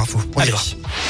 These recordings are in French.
info. On y va.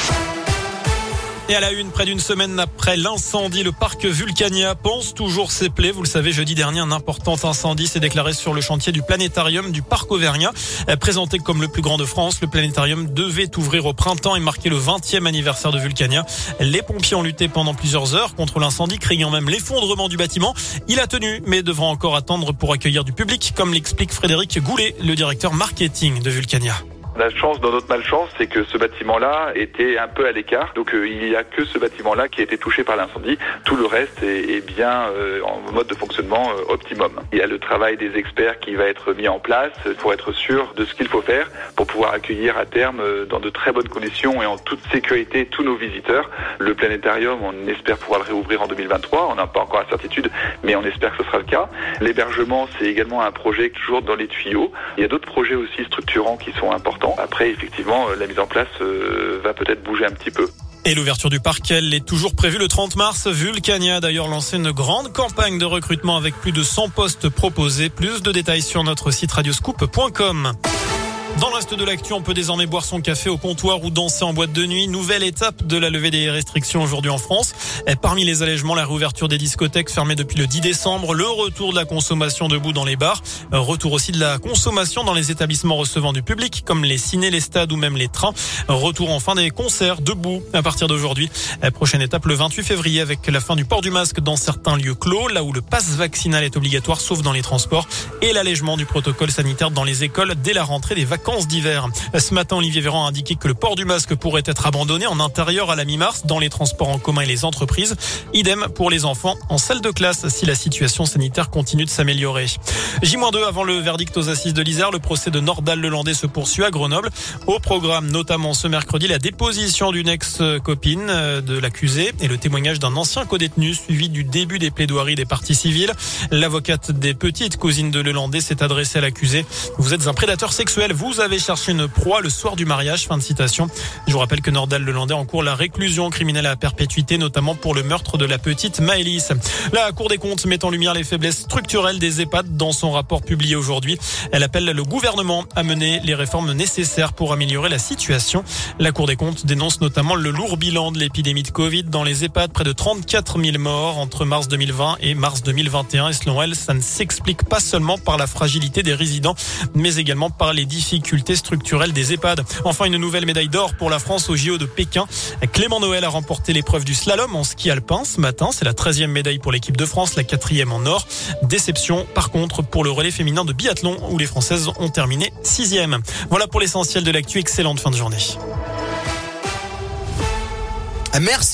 Et à la une, près d'une semaine après l'incendie, le parc Vulcania pense toujours ses plaies. Vous le savez, jeudi dernier, un important incendie s'est déclaré sur le chantier du planétarium du parc Auvergnat. Présenté comme le plus grand de France, le planétarium devait ouvrir au printemps et marquer le 20e anniversaire de Vulcania. Les pompiers ont lutté pendant plusieurs heures contre l'incendie, craignant même l'effondrement du bâtiment. Il a tenu, mais devra encore attendre pour accueillir du public, comme l'explique Frédéric Goulet, le directeur marketing de Vulcania. La chance dans notre malchance, c'est que ce bâtiment-là était un peu à l'écart. Donc il n'y a que ce bâtiment-là qui a été touché par l'incendie. Tout le reste est bien en mode de fonctionnement optimum. Il y a le travail des experts qui va être mis en place pour être sûr de ce qu'il faut faire pour pouvoir accueillir à terme dans de très bonnes conditions et en toute sécurité tous nos visiteurs. Le planétarium, on espère pouvoir le réouvrir en 2023. On n'a pas encore la certitude, mais on espère que ce sera le cas. L'hébergement, c'est également un projet toujours dans les tuyaux. Il y a d'autres projets aussi structurants qui sont importants. Après, effectivement, la mise en place va peut-être bouger un petit peu. Et l'ouverture du parc, elle est toujours prévue le 30 mars. Vulcania a d'ailleurs lancé une grande campagne de recrutement avec plus de 100 postes proposés. Plus de détails sur notre site radioscoop.com. Dans le reste de l'actu, on peut désormais boire son café au comptoir ou danser en boîte de nuit. Nouvelle étape de la levée des restrictions aujourd'hui en France. Parmi les allègements, la réouverture des discothèques fermées depuis le 10 décembre, le retour de la consommation debout dans les bars, retour aussi de la consommation dans les établissements recevant du public, comme les cinés, les stades ou même les trains. Retour enfin des concerts debout à partir d'aujourd'hui. Prochaine étape le 28 février avec la fin du port du masque dans certains lieux clos, là où le pass vaccinal est obligatoire sauf dans les transports, et l'allègement du protocole sanitaire dans les écoles dès la rentrée des vacances d'hiver. Ce matin, Olivier Véran a indiqué que le port du masque pourrait être abandonné en intérieur à la mi-mars dans les transports en commun et les entreprises. Idem pour les enfants en salle de classe si la situation sanitaire continue de s'améliorer. J-2 avant le verdict aux assises de l'Isère, le procès de Nordal Lelandais se poursuit à Grenoble. Au programme notamment ce mercredi, la déposition d'une ex-copine de l'accusé et le témoignage d'un ancien codétenu suivi du début des plaidoiries des parties civiles. L'avocate des petites cousines de Lelandais s'est adressée à l'accusé. Vous êtes un prédateur sexuel, vous avez cherché une proie le soir du mariage. Fin de citation. Je vous rappelle que Nordal Lelandais encourt la réclusion criminelle à perpétuité, notamment pour le meurtre de la petite Maëlys. La Cour des comptes met en lumière les faiblesses structurelles des EHPAD dans son rapport publié aujourd'hui. Elle appelle le gouvernement à mener les réformes nécessaires pour améliorer la situation. La Cour des comptes dénonce notamment le lourd bilan de l'épidémie de Covid dans les EHPAD, près de 34 000 morts entre mars 2020 et mars 2021. Et selon elle, ça ne s'explique pas seulement par la fragilité des résidents, mais également par les difficultés structurelles des EHPAD. Enfin, une nouvelle médaille d'or pour la France au JO de Pékin. Clément Noël a remporté l'épreuve du slalom en ski alpin ce matin. C'est la 13e médaille pour l'équipe de France, la 4e en or. Déception, par contre, pour le relais féminin de biathlon où les Françaises ont terminé 6e. Voilà pour l'essentiel de l'actu. Excellente fin de journée. Merci.